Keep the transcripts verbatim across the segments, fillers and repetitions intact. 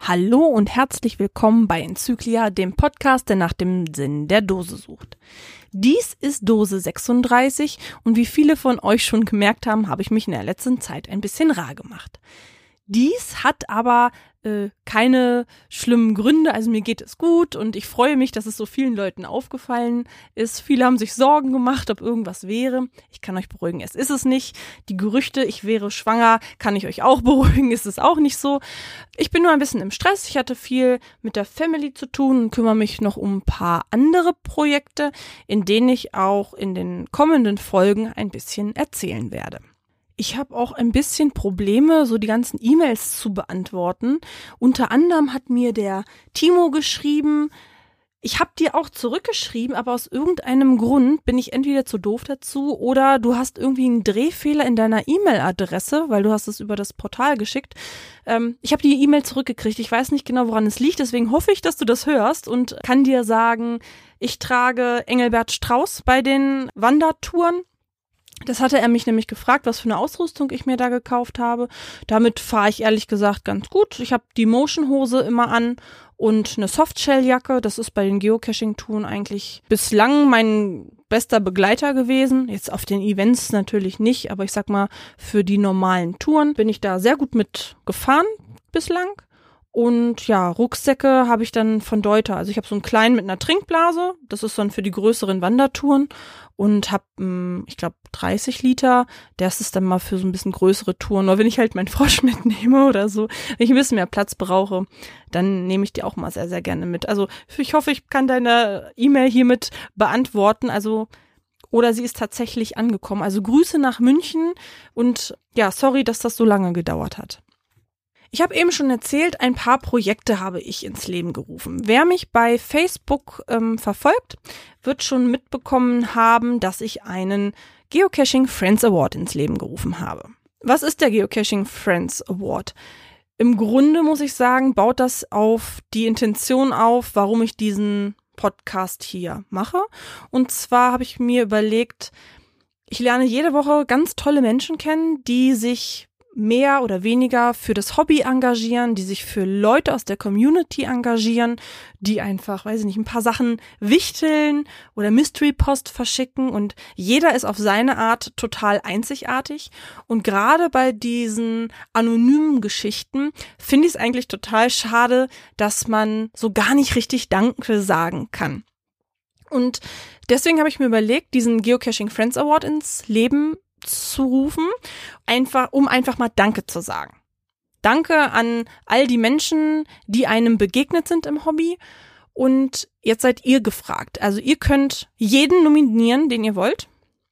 Hallo und herzlich willkommen bei Enzyklia, dem Podcast, der nach dem Sinn der Dose sucht. Dies ist Dose sechsunddreißig und wie viele von euch schon gemerkt haben, habe ich mich in der letzten Zeit ein bisschen rar gemacht. Dies hat aber äh, keine schlimmen Gründe, also mir geht es gut und ich freue mich, dass es so vielen Leuten aufgefallen ist. Viele haben sich Sorgen gemacht, ob irgendwas wäre. Ich kann euch beruhigen, es ist es nicht. Die Gerüchte, ich wäre schwanger, kann ich euch auch beruhigen, ist es auch nicht so. Ich bin nur ein bisschen im Stress, ich hatte viel mit der Family zu tun und kümmere mich noch um ein paar andere Projekte, in denen ich auch in den kommenden Folgen ein bisschen erzählen werde. Ich habe auch ein bisschen Probleme, so die ganzen E-Mails zu beantworten. Unter anderem hat mir der Timo geschrieben, ich habe dir auch zurückgeschrieben, aber aus irgendeinem Grund bin ich entweder zu doof dazu oder du hast irgendwie einen Drehfehler in deiner E-Mail-Adresse, weil du hast es über das Portal geschickt. Ähm, ich habe die E-Mail zurückgekriegt. Ich weiß nicht genau, woran es liegt, deswegen hoffe ich, dass du das hörst und kann dir sagen, ich trage Engelbert Strauß bei den Wandertouren. Das hatte er mich nämlich gefragt, was für eine Ausrüstung ich mir da gekauft habe. Damit fahre ich ehrlich gesagt ganz gut. Ich habe die Motion-Hose immer an und eine Softshell-Jacke. Das ist bei den Geocaching-Touren eigentlich bislang mein bester Begleiter gewesen. Jetzt auf den Events natürlich nicht, aber ich sag mal, für die normalen Touren bin ich da sehr gut mit gefahren bislang. Und ja, Rucksäcke habe ich dann von Deuter. Also ich habe so einen kleinen mit einer Trinkblase. Das ist dann für die größeren Wandertouren. Und habe, ich glaube, dreißig Liter. Das ist dann mal für so ein bisschen größere Touren. Nur wenn ich halt meinen Frosch mitnehme oder so, wenn ich ein bisschen mehr Platz brauche, dann nehme ich die auch mal sehr, sehr gerne mit. Also ich hoffe, ich kann deine E-Mail hiermit beantworten. Also oder sie ist tatsächlich angekommen. Also Grüße nach München. Und ja, sorry, dass das so lange gedauert hat. Ich habe eben schon erzählt, ein paar Projekte habe ich ins Leben gerufen. Wer mich bei Facebook ähm, verfolgt, wird schon mitbekommen haben, dass ich einen Geocaching Friends Award ins Leben gerufen habe. Was ist der Geocaching Friends Award? Im Grunde muss ich sagen, baut das auf die Intention auf, warum ich diesen Podcast hier mache. Und zwar habe ich mir überlegt, ich lerne jede Woche ganz tolle Menschen kennen, die sich mehr oder weniger für das Hobby engagieren, die sich für Leute aus der Community engagieren, die einfach, weiß ich nicht, ein paar Sachen wichteln oder Mystery-Post verschicken und jeder ist auf seine Art total einzigartig und gerade bei diesen anonymen Geschichten finde ich es eigentlich total schade, dass man so gar nicht richtig Danke sagen kann. Und deswegen habe ich mir überlegt, diesen Geocaching Friends Award ins Leben zu rufen, einfach, um einfach mal Danke zu sagen. Danke an all die Menschen, die einem begegnet sind im Hobby. Und jetzt seid ihr gefragt. Also ihr könnt jeden nominieren, den ihr wollt.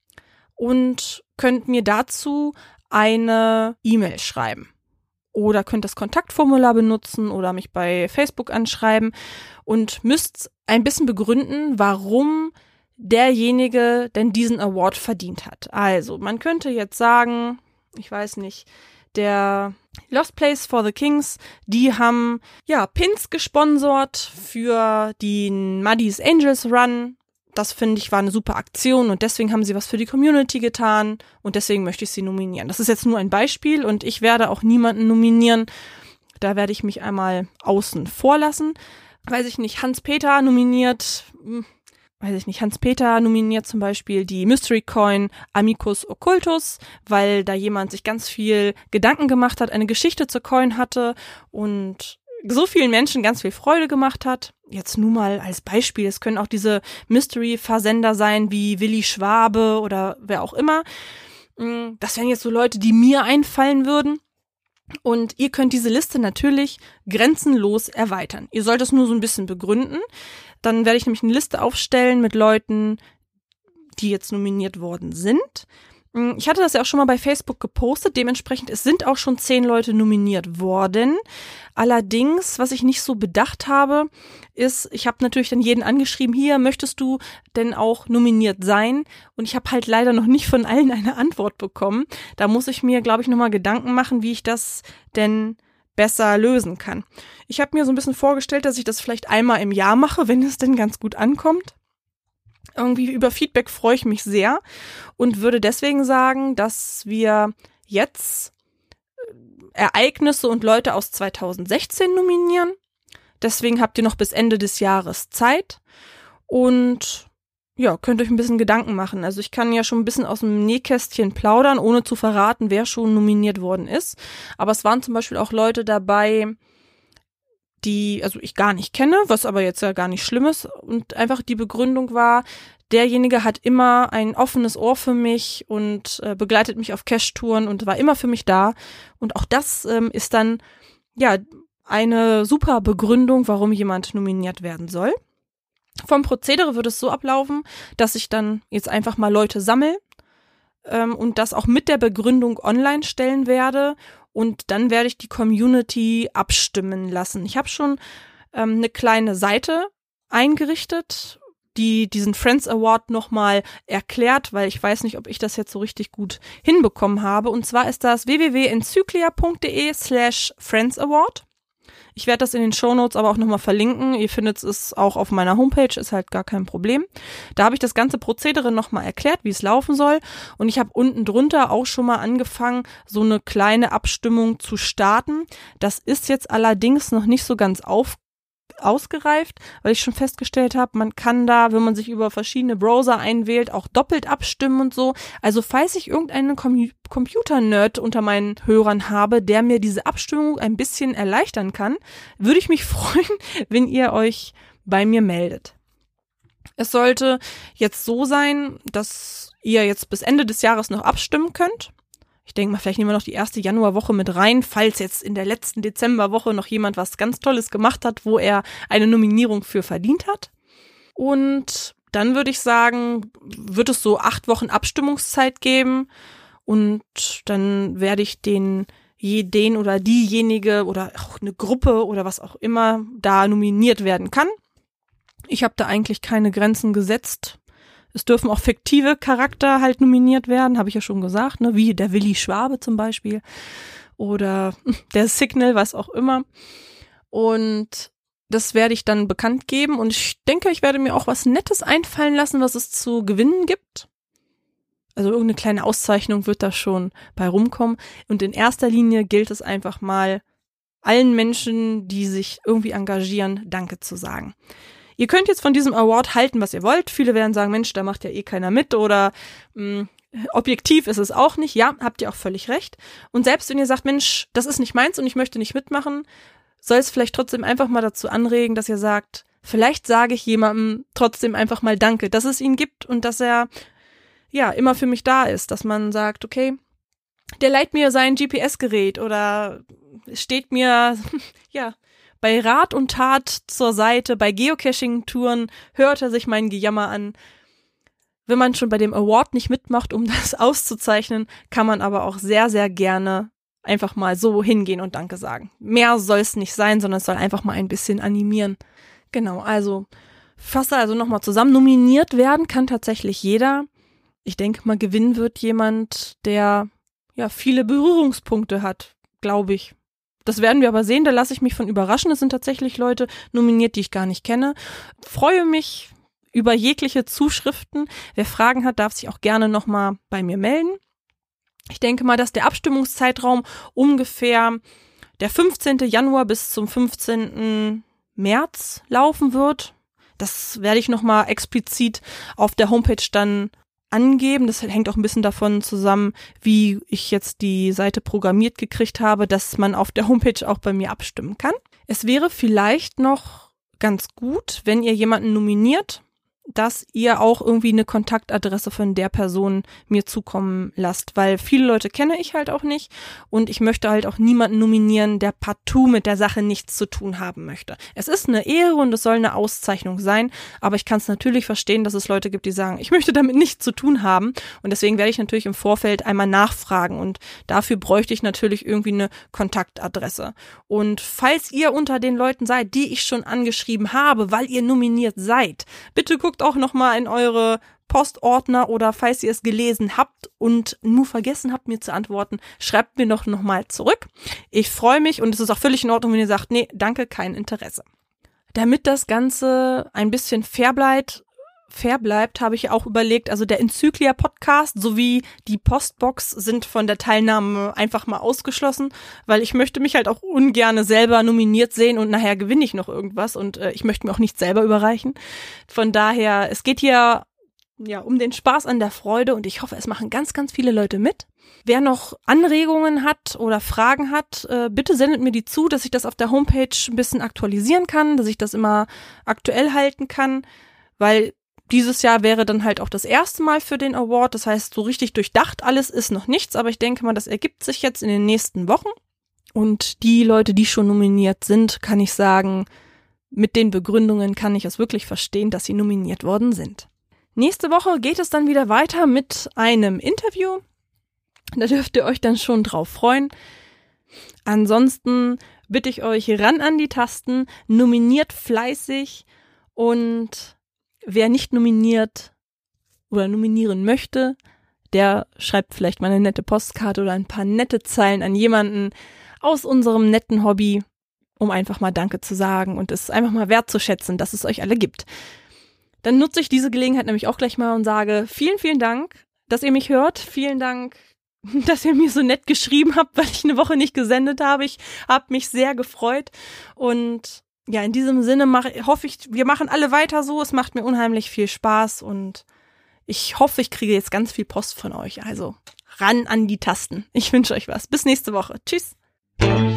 Und könnt mir dazu eine E-Mail schreiben. Oder könnt das Kontaktformular benutzen oder mich bei Facebook anschreiben. Und müsst ein bisschen begründen, warum derjenige denn diesen Award verdient hat. Also, man könnte jetzt sagen, ich weiß nicht, der Lost Place for the Kings, die haben ja Pins gesponsert für den Muddy's Angels Run. Das finde ich war eine super Aktion und deswegen haben sie was für die Community getan und deswegen möchte ich sie nominieren. Das ist jetzt nur ein Beispiel und ich werde auch niemanden nominieren. Da werde ich mich einmal außen vor lassen. Weiß ich nicht, Hans-Peter nominiert, weiß ich nicht, Hans-Peter nominiert zum Beispiel die Mystery Coin Amicus Occultus, weil da jemand sich ganz viel Gedanken gemacht hat, eine Geschichte zur Coin hatte und so vielen Menschen ganz viel Freude gemacht hat. Jetzt nur mal als Beispiel, es können auch diese Mystery-Versender sein wie Willi Schwabe oder wer auch immer. Das wären jetzt so Leute, die mir einfallen würden. Und ihr könnt diese Liste natürlich grenzenlos erweitern. Ihr sollt es nur so ein bisschen begründen. Dann werde ich nämlich eine Liste aufstellen mit Leuten, die jetzt nominiert worden sind. Ich hatte das ja auch schon mal bei Facebook gepostet. Dementsprechend, es sind auch schon zehn Leute nominiert worden. Allerdings, was ich nicht so bedacht habe, ist, ich habe natürlich dann jeden angeschrieben, hier, möchtest du denn auch nominiert sein? Und ich habe halt leider noch nicht von allen eine Antwort bekommen. Da muss ich mir, glaube ich, nochmal Gedanken machen, wie ich das denn besser lösen kann. Ich habe mir so ein bisschen vorgestellt, dass ich das vielleicht einmal im Jahr mache, wenn es denn ganz gut ankommt. Irgendwie über Feedback freue ich mich sehr und würde deswegen sagen, dass wir jetzt Ereignisse und Leute aus zweitausendsechzehn nominieren. Deswegen habt ihr noch bis Ende des Jahres Zeit und ja, könnt euch ein bisschen Gedanken machen. Also ich kann ja schon ein bisschen aus dem Nähkästchen plaudern, ohne zu verraten, wer schon nominiert worden ist. Aber es waren zum Beispiel auch Leute dabei, die, also ich gar nicht kenne, was aber jetzt ja gar nicht schlimm ist. Und einfach die Begründung war, derjenige hat immer ein offenes Ohr für mich und äh, begleitet mich auf Cash-Touren und war immer für mich da. Und auch das ähm, ist dann, ja, eine super Begründung, warum jemand nominiert werden soll. Vom Prozedere wird es so ablaufen, dass ich dann jetzt einfach mal Leute sammle ähm, und das auch mit der Begründung online stellen werde und dann werde ich die Community abstimmen lassen. Ich habe schon ähm, eine kleine Seite eingerichtet, die diesen Friends Award nochmal erklärt, weil ich weiß nicht, ob ich das jetzt so richtig gut hinbekommen habe. Und zwar ist das w w w punkt enzyklia punkt d e slash Friends Award. Ich werde das in den Shownotes aber auch nochmal verlinken. Ihr findet es auch auf meiner Homepage, ist halt gar kein Problem. Da habe ich das ganze Prozedere nochmal erklärt, wie es laufen soll. Und ich habe unten drunter auch schon mal angefangen, so eine kleine Abstimmung zu starten. Das ist jetzt allerdings noch nicht so ganz auf ausgereift, weil ich schon festgestellt habe, man kann da, wenn man sich über verschiedene Browser einwählt, auch doppelt abstimmen und so. Also falls ich irgendeinen Com- Computer-Nerd unter meinen Hörern habe, der mir diese Abstimmung ein bisschen erleichtern kann, würde ich mich freuen, wenn ihr euch bei mir meldet. Es sollte jetzt so sein, dass ihr jetzt bis Ende des Jahres noch abstimmen könnt. Ich denke mal, vielleicht nehmen wir noch die erste Januarwoche mit rein, falls jetzt in der letzten Dezemberwoche noch jemand was ganz Tolles gemacht hat, wo er eine Nominierung für verdient hat. Und dann würde ich sagen, wird es so acht Wochen Abstimmungszeit geben und dann werde ich den, den oder diejenige oder auch eine Gruppe oder was auch immer da nominiert werden kann. Ich habe da eigentlich keine Grenzen gesetzt. Es dürfen auch fiktive Charakter halt nominiert werden, habe ich ja schon gesagt, ne, wie der Willi Schwabe zum Beispiel oder der Signal, was auch immer. Und das werde ich dann bekannt geben und ich denke, ich werde mir auch was Nettes einfallen lassen, was es zu gewinnen gibt. Also irgendeine kleine Auszeichnung wird da schon bei rumkommen. Und in erster Linie gilt es einfach mal, allen Menschen, die sich irgendwie engagieren, Danke zu sagen. Ihr könnt jetzt von diesem Award halten, was ihr wollt. Viele werden sagen, Mensch, da macht ja eh keiner mit oder mh, objektiv ist es auch nicht. Ja, habt ihr auch völlig recht. Und selbst wenn ihr sagt, Mensch, das ist nicht meins und ich möchte nicht mitmachen, soll es vielleicht trotzdem einfach mal dazu anregen, dass ihr sagt, vielleicht sage ich jemandem trotzdem einfach mal Danke, dass es ihn gibt und dass er ja immer für mich da ist. Dass man sagt, okay, der leiht mir sein G P S-Gerät oder steht mir, ja, bei Rat und Tat zur Seite, bei Geocaching-Touren hört er sich mein Gejammer an. Wenn man schon bei dem Award nicht mitmacht, um das auszuzeichnen, kann man aber auch sehr, sehr gerne einfach mal so hingehen und Danke sagen. Mehr soll es nicht sein, sondern es soll einfach mal ein bisschen animieren. Genau, also fasse also nochmal zusammen. Nominiert werden kann tatsächlich jeder. Ich denke mal, gewinnen wird jemand, der ja viele Berührungspunkte hat, glaube ich. Das werden wir aber sehen, da lasse ich mich von überraschen. Es sind tatsächlich Leute nominiert, die ich gar nicht kenne. Freue mich über jegliche Zuschriften. Wer Fragen hat, darf sich auch gerne nochmal bei mir melden. Ich denke mal, dass der Abstimmungszeitraum ungefähr der fünfzehnten Januar bis zum fünfzehnten März laufen wird. Das werde ich nochmal explizit auf der Homepage dann angeben. Das hängt auch ein bisschen davon zusammen, wie ich jetzt die Seite programmiert gekriegt habe, dass man auf der Homepage auch bei mir abstimmen kann. Es wäre vielleicht noch ganz gut, wenn ihr jemanden nominiert, dass ihr auch irgendwie eine Kontaktadresse von der Person mir zukommen lasst, weil viele Leute kenne ich halt auch nicht und ich möchte halt auch niemanden nominieren, der partout mit der Sache nichts zu tun haben möchte. Es ist eine Ehre und es soll eine Auszeichnung sein, aber ich kann es natürlich verstehen, dass es Leute gibt, die sagen, ich möchte damit nichts zu tun haben und deswegen werde ich natürlich im Vorfeld einmal nachfragen und dafür bräuchte ich natürlich irgendwie eine Kontaktadresse. Und falls ihr unter den Leuten seid, die ich schon angeschrieben habe, weil ihr nominiert seid, bitte guckt auch nochmal in eure Postordner oder falls ihr es gelesen habt und nur vergessen habt, mir zu antworten, schreibt mir doch nochmal zurück. Ich freue mich und es ist auch völlig in Ordnung, wenn ihr sagt, nee, danke, kein Interesse. Damit das Ganze ein bisschen fair bleibt, fair bleibt, habe ich auch überlegt, also der Enzyklia-Podcast sowie die Postbox sind von der Teilnahme einfach mal ausgeschlossen, weil ich möchte mich halt auch ungerne selber nominiert sehen und nachher gewinne ich noch irgendwas und äh, ich möchte mir auch nicht selber überreichen. Von daher, es geht hier ja um den Spaß an der Freude und ich hoffe, es machen ganz, ganz viele Leute mit. Wer noch Anregungen hat oder Fragen hat, äh, bitte sendet mir die zu, dass ich das auf der Homepage ein bisschen aktualisieren kann, dass ich das immer aktuell halten kann, weil dieses Jahr wäre dann halt auch das erste Mal für den Award. Das heißt, so richtig durchdacht alles ist noch nichts, aber ich denke mal, das ergibt sich jetzt in den nächsten Wochen. Und die Leute, die schon nominiert sind, kann ich sagen, mit den Begründungen kann ich es wirklich verstehen, dass sie nominiert worden sind. Nächste Woche geht es dann wieder weiter mit einem Interview. Da dürft ihr euch dann schon drauf freuen. Ansonsten bitte ich euch ran an die Tasten, nominiert fleißig und wer nicht nominiert oder nominieren möchte, der schreibt vielleicht mal eine nette Postkarte oder ein paar nette Zeilen an jemanden aus unserem netten Hobby, um einfach mal Danke zu sagen und es einfach mal wertzuschätzen, dass es euch alle gibt. Dann nutze ich diese Gelegenheit nämlich auch gleich mal und sage vielen, vielen Dank, dass ihr mich hört. Vielen Dank, dass ihr mir so nett geschrieben habt, weil ich eine Woche nicht gesendet habe. Ich habe mich sehr gefreut und ja, in diesem Sinne mach, hoffe ich, wir machen alle weiter so. Es macht mir unheimlich viel Spaß und ich hoffe, ich kriege jetzt ganz viel Post von euch. Also ran an die Tasten. Ich wünsche euch was. Bis nächste Woche. Tschüss.